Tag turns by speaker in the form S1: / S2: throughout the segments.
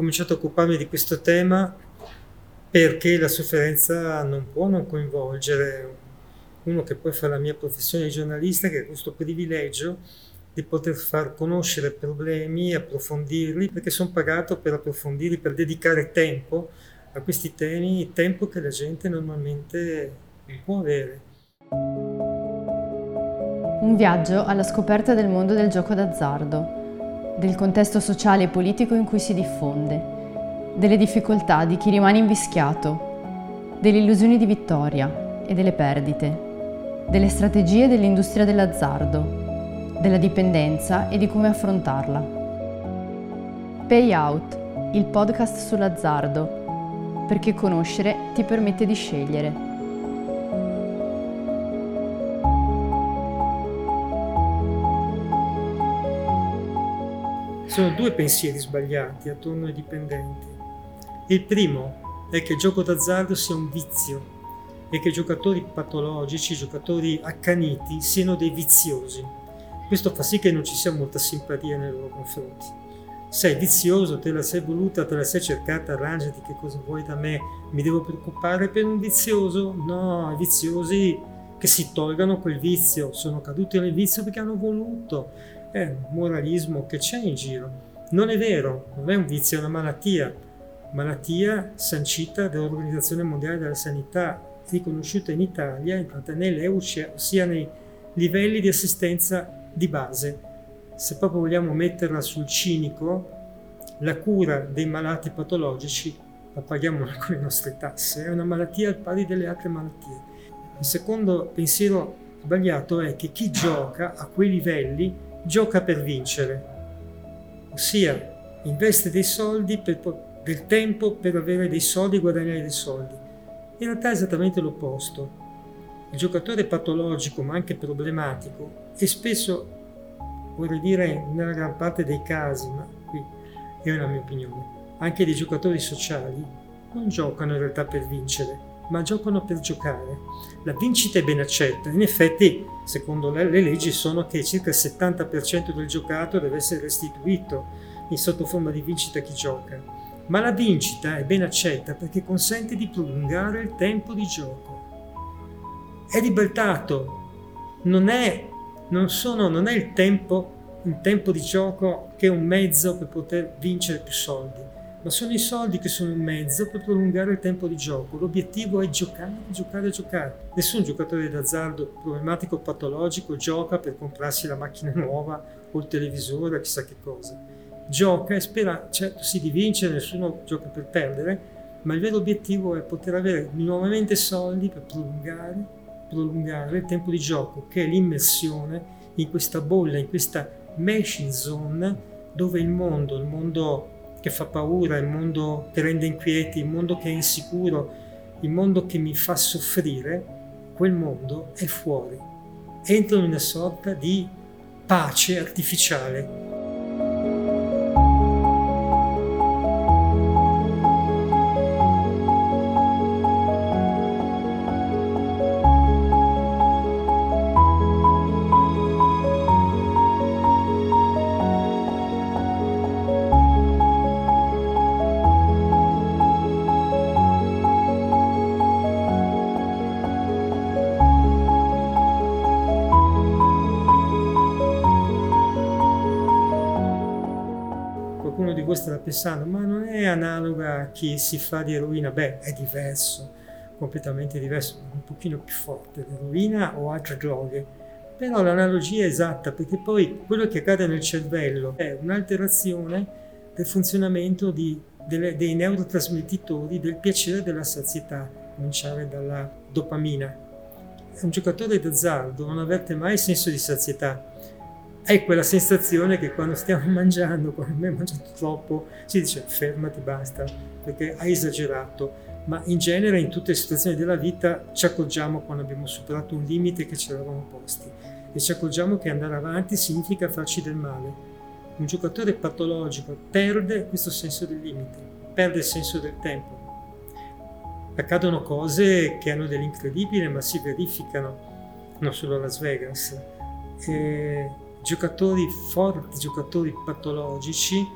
S1: cominciato a occuparmi di questo tema perché la sofferenza non può non coinvolgere uno che poi fa la mia professione di giornalista, che ha questo privilegio di poter far conoscere problemi, approfondirli, perché sono pagato per approfondirli, per dedicare tempo a questi temi, tempo che la gente normalmente non può avere.
S2: Un viaggio alla scoperta del mondo del gioco d'azzardo, del contesto sociale e politico in cui si diffonde, delle difficoltà di chi rimane invischiato, delle illusioni di vittoria e delle perdite, delle strategie dell'industria dell'azzardo, della dipendenza e di come affrontarla. Payout, il podcast sull'azzardo, perché conoscere ti permette di scegliere.
S1: Sono due pensieri sbagliati attorno ai dipendenti. Il primo è che il gioco d'azzardo sia un vizio e che i giocatori patologici, i giocatori accaniti siano dei viziosi. Questo fa sì che non ci sia molta simpatia nei loro confronti. Sei vizioso, te la sei voluta, te la sei cercata, arrangiati, che cosa vuoi da me? Mi devo preoccupare per un vizioso? No, i viziosi che si tolgano quel vizio, sono caduti nel vizio perché hanno voluto. È un moralismo che c'è in giro. Non è vero, non è un vizio, è una malattia sancita dall'Organizzazione Mondiale della Sanità, riconosciuta in Italia, entrata nell'EU, ossia nei livelli di assistenza di base. Se proprio vogliamo metterla sul cinico, la cura dei malati patologici la paghiamo con le nostre tasse, è una malattia al pari delle altre malattie. Il secondo pensiero sbagliato è che chi gioca a quei livelli gioca per vincere, ossia investe dei soldi, del tempo per avere dei soldi e guadagnare dei soldi. In realtà è esattamente l'opposto. Il giocatore patologico, ma anche problematico, e spesso, vorrei dire nella gran parte dei casi, ma qui è una mia opinione, anche dei giocatori sociali, non giocano in realtà per vincere, ma giocano per giocare. La vincita è ben accetta. In effetti, secondo le leggi, sono che circa il 70% del giocato deve essere restituito in sotto forma di vincita a chi gioca. Ma la vincita è ben accetta perché consente di prolungare il tempo di gioco. È libertato, non è il tempo di gioco che è un mezzo per poter vincere più soldi, ma sono i soldi che sono un mezzo per prolungare il tempo di gioco. L'obiettivo è giocare. Nessun giocatore d'azzardo problematico o patologico gioca per comprarsi la macchina nuova o il televisore o chissà che cosa. Gioca e spera, certo sì, di vincere, nessuno gioca per perdere, ma il vero obiettivo è poter avere nuovamente soldi per prolungare il tempo di gioco, che è l'immersione in questa bolla, in questa meshing zone, dove il mondo che fa paura, il mondo che rende inquieti, il mondo che è insicuro, il mondo che mi fa soffrire, quel mondo è fuori. Entro in una sorta di pace artificiale. Qualcuno di voi starà pensando, ma non è analoga a chi si fa di eroina? Beh, è diverso, completamente diverso, un pochino più forte, l'eroina o altre droghe. Però l'analogia è esatta, perché poi quello che accade nel cervello è un'alterazione del funzionamento dei neurotrasmettitori del piacere e della sazietà, a cominciare dalla dopamina. Un giocatore d'azzardo non avverte mai il senso di sazietà. È quella sensazione che quando stiamo mangiando, quando abbiamo mangiato troppo, si dice fermati, basta, perché hai esagerato. Ma in genere in tutte le situazioni della vita ci accorgiamo quando abbiamo superato un limite che ci eravamo posti e ci accorgiamo che andare avanti significa farci del male. Un giocatore patologico perde questo senso del limite, perde il senso del tempo. Accadono cose che hanno dell'incredibile, ma si verificano non solo a Las Vegas. Giocatori forti, giocatori patologici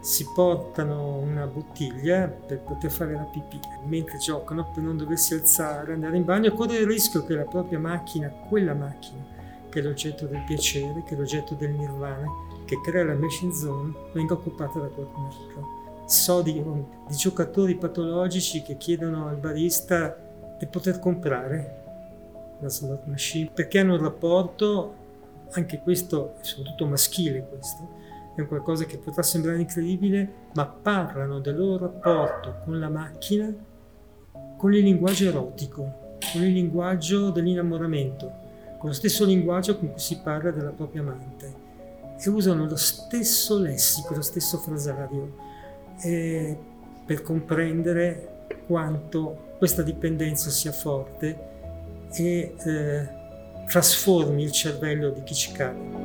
S1: si portano una bottiglia per poter fare la pipì mentre giocano, per non doversi alzare, andare in bagno e correre il rischio che la propria macchina, quella macchina che è l'oggetto del piacere, che è l'oggetto del nirvana, che crea la machine zone, venga occupata da qualcun altro. So di giocatori patologici che chiedono al barista di poter comprare la slot machine perché hanno un rapporto, anche questo, soprattutto maschile questo, è qualcosa che potrà sembrare incredibile, ma parlano del loro rapporto con la macchina con il linguaggio erotico, con il linguaggio dell'innamoramento, con lo stesso linguaggio con cui si parla della propria amante, e usano lo stesso lessico, lo stesso frasario per comprendere quanto questa dipendenza sia forte e trasformi il cervello di chi ci cade.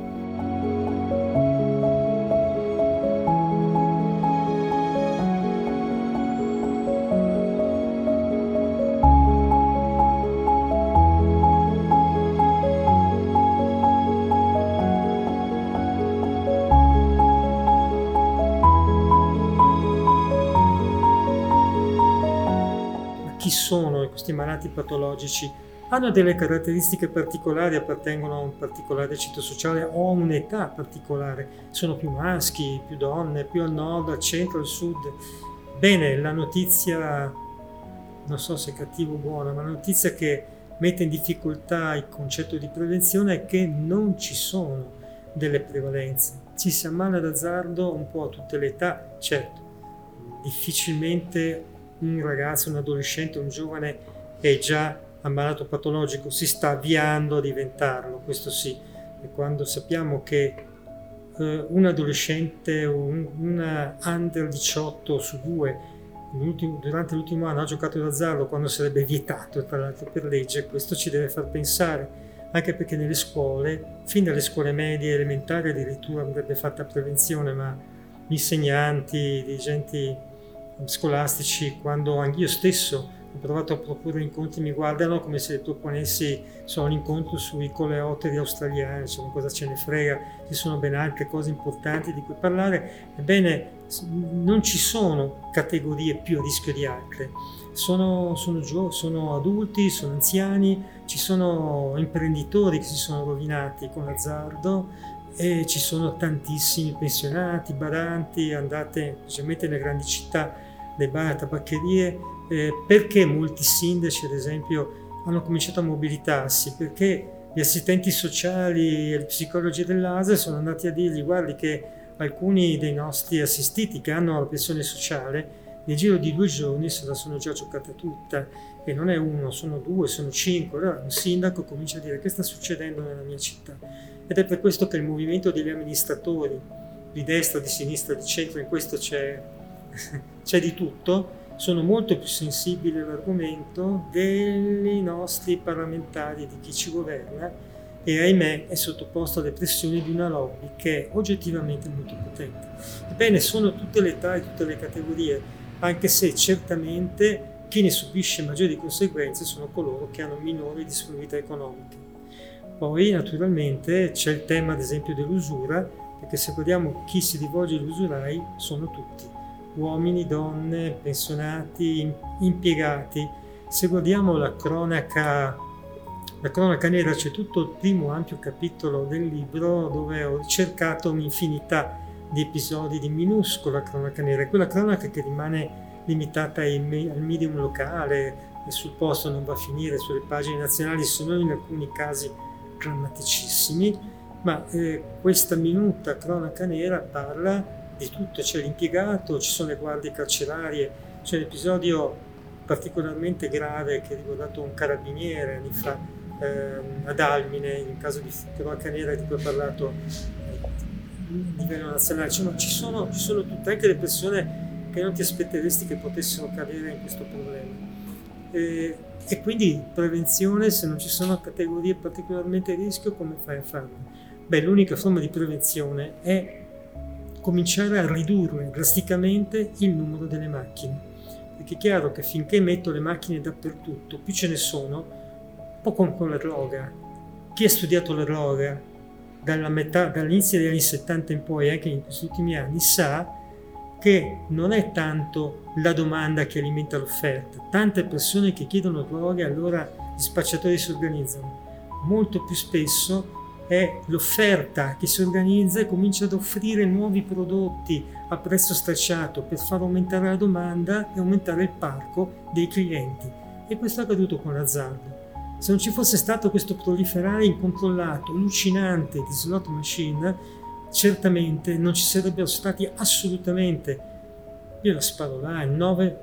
S1: Chi sono questi malati patologici? Hanno delle caratteristiche particolari, appartengono a un particolare ceto sociale o a un'età particolare, sono più maschi, più donne, più al nord, al centro, al sud. Bene, la notizia, non so se è cattiva o buona, ma la notizia che mette in difficoltà il concetto di prevenzione è che non ci sono delle prevalenze. Ci si ammala d'azzardo un po' a tutte le età, certo, difficilmente un ragazzo, un adolescente, un giovane è già ammalato patologico, si sta avviando a diventarlo, questo sì. E quando sappiamo che un adolescente o una under 18 su 2 durante l'ultimo anno ha giocato d'azzardo quando sarebbe vietato, tra l'altro per legge, questo ci deve far pensare, anche perché nelle scuole, fin dalle scuole medie, elementari addirittura andrebbe fatta prevenzione, ma gli insegnanti, i dirigenti scolastici, quando anch'io stesso ho provato a proporre incontri, mi guardano come se proponessi un incontro sui coleotteri australiani, insomma, cosa ce ne frega, ci sono ben altre cose importanti di cui parlare. Ebbene, non ci sono categorie più a rischio di altre, sono adulti, sono anziani, ci sono imprenditori che si sono rovinati con l'azzardo, e ci sono tantissimi pensionati, badanti, andate specialmente nelle grandi città, dai bar a tabaccherie, perché molti sindaci ad esempio hanno cominciato a mobilitarsi, perché gli assistenti sociali e gli psicologi dell'ASL sono andati a dirgli: guardi che alcuni dei nostri assistiti che hanno la pensione sociale nel giro di 2 giorni se la sono già giocata tutta, e non è uno, sono 2, sono 5. Allora un sindaco comincia a dire: che sta succedendo nella mia città? Ed è per questo che il movimento degli amministratori di destra, di sinistra, di centro, in questo c'è di tutto, sono molto più sensibili all'argomento dei nostri parlamentari, di chi ci governa, e ahimè è sottoposto alle pressioni di una lobby che è oggettivamente molto potente. Ebbene, sono tutte le età e tutte le categorie, anche se certamente chi ne subisce maggiori conseguenze sono coloro che hanno minori disponibilità economiche. Poi naturalmente c'è il tema ad esempio dell'usura, perché se guardiamo chi si rivolge agli usurai sono tutti, uomini, donne, pensionati, impiegati. Se guardiamo la cronaca nera, c'è tutto il primo ampio capitolo del libro dove ho cercato un'infinità di episodi di minuscola cronaca nera, quella cronaca che rimane limitata al medium locale e sul posto non va a finire sulle pagine nazionali, se non in alcuni casi drammaticissimi, ma questa minuta cronaca nera parla di tutto. C'è l'impiegato, ci sono le guardie carcerarie, c'è l'episodio particolarmente grave che ha riguardato un carabiniere anni fa ad Almine, in caso di cronaca nera di cui ho parlato a livello nazionale. Cioè, ci sono tutte, anche le persone che non ti aspetteresti che potessero cadere in questo problema. E quindi prevenzione, se non ci sono categorie particolarmente a rischio, come fai a farlo? Beh, l'unica forma di prevenzione è cominciare a ridurre drasticamente il numero delle macchine, perché è chiaro che finché metto le macchine dappertutto, più ce ne sono, un po' come con la droga. Chi ha studiato la droga dall'inizio degli anni 70 in poi, anche in questi ultimi anni, sa che non è tanto la domanda che alimenta l'offerta. Tante persone che chiedono droghe, allora gli spacciatori si organizzano. Molto più spesso è l'offerta che si organizza e comincia ad offrire nuovi prodotti a prezzo stracciato per far aumentare la domanda e aumentare il parco dei clienti. E questo è accaduto con l'azzardo. Se non ci fosse stato questo proliferare incontrollato, allucinante di slot machine, certamente non ci sarebbero stati assolutamente, io la sparo là, 9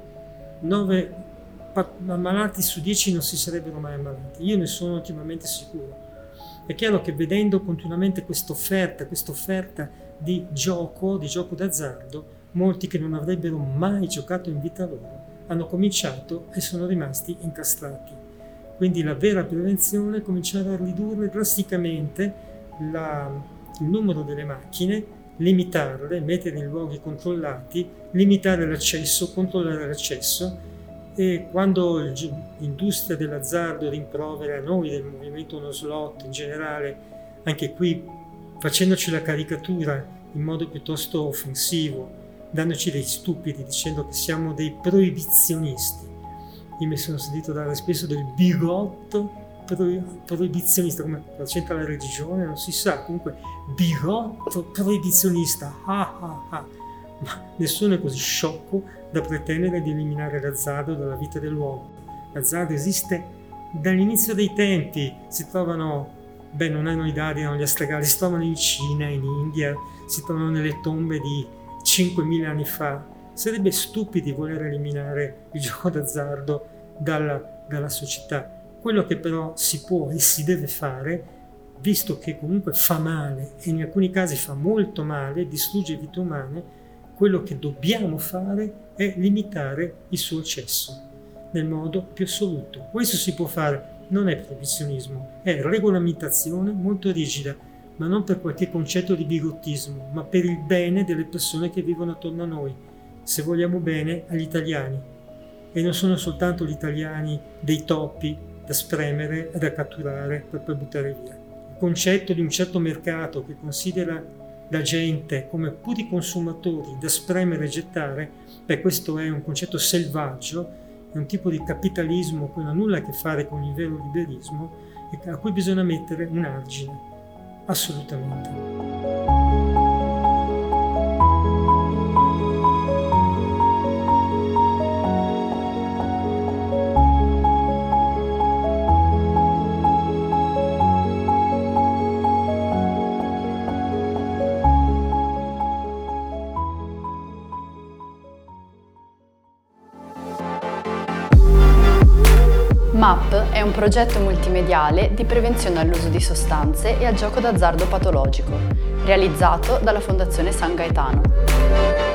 S1: ammalati su 10 non si sarebbero mai ammalati. Io ne sono ultimamente sicuro. È chiaro che vedendo continuamente questa offerta di gioco d'azzardo, molti che non avrebbero mai giocato in vita loro hanno cominciato e sono rimasti incastrati. Quindi la vera prevenzione è cominciare a ridurre drasticamente il numero delle macchine, limitarle, mettere in luoghi controllati, limitare l'accesso, controllare l'accesso. E quando l'industria dell'azzardo rimprovera noi del movimento No Slot in generale, anche qui facendoci la caricatura in modo piuttosto offensivo, dandoci dei stupidi, dicendo che siamo dei proibizionisti. Io mi sono sentito dare spesso del bigotto proibizionista, come c'entra la religione, non si sa, comunque bigotto proibizionista, ma nessuno è così sciocco da pretendere di eliminare l'azzardo dalla vita dell'uomo. L'azzardo esiste dall'inizio dei tempi, si trovano, non hanno i dadi, non gli astrali, si trovano in Cina, in India, si trovano nelle tombe di 5.000 anni fa. Sarebbe stupido voler eliminare il gioco d'azzardo dalla società. Quello che però si può e si deve fare, visto che comunque fa male e in alcuni casi fa molto male, distrugge vite umane, quello che dobbiamo fare è limitare il suo accesso nel modo più assoluto. Questo si può fare, non è proibizionismo, è regolamentazione molto rigida, ma non per qualche concetto di bigottismo, ma per il bene delle persone che vivono attorno a noi, se vogliamo bene agli italiani. E non sono soltanto gli italiani dei topi da spremere e da catturare per poi buttare via. Il concetto di un certo mercato che considera la gente come puri consumatori da spremere e gettare, questo è un concetto selvaggio, è un tipo di capitalismo che non ha nulla a che fare con il vero liberismo e a cui bisogna mettere un argine, assolutamente.
S2: MAP è un progetto multimediale di prevenzione all'uso di sostanze e al gioco d'azzardo patologico, realizzato dalla Fondazione San Gaetano.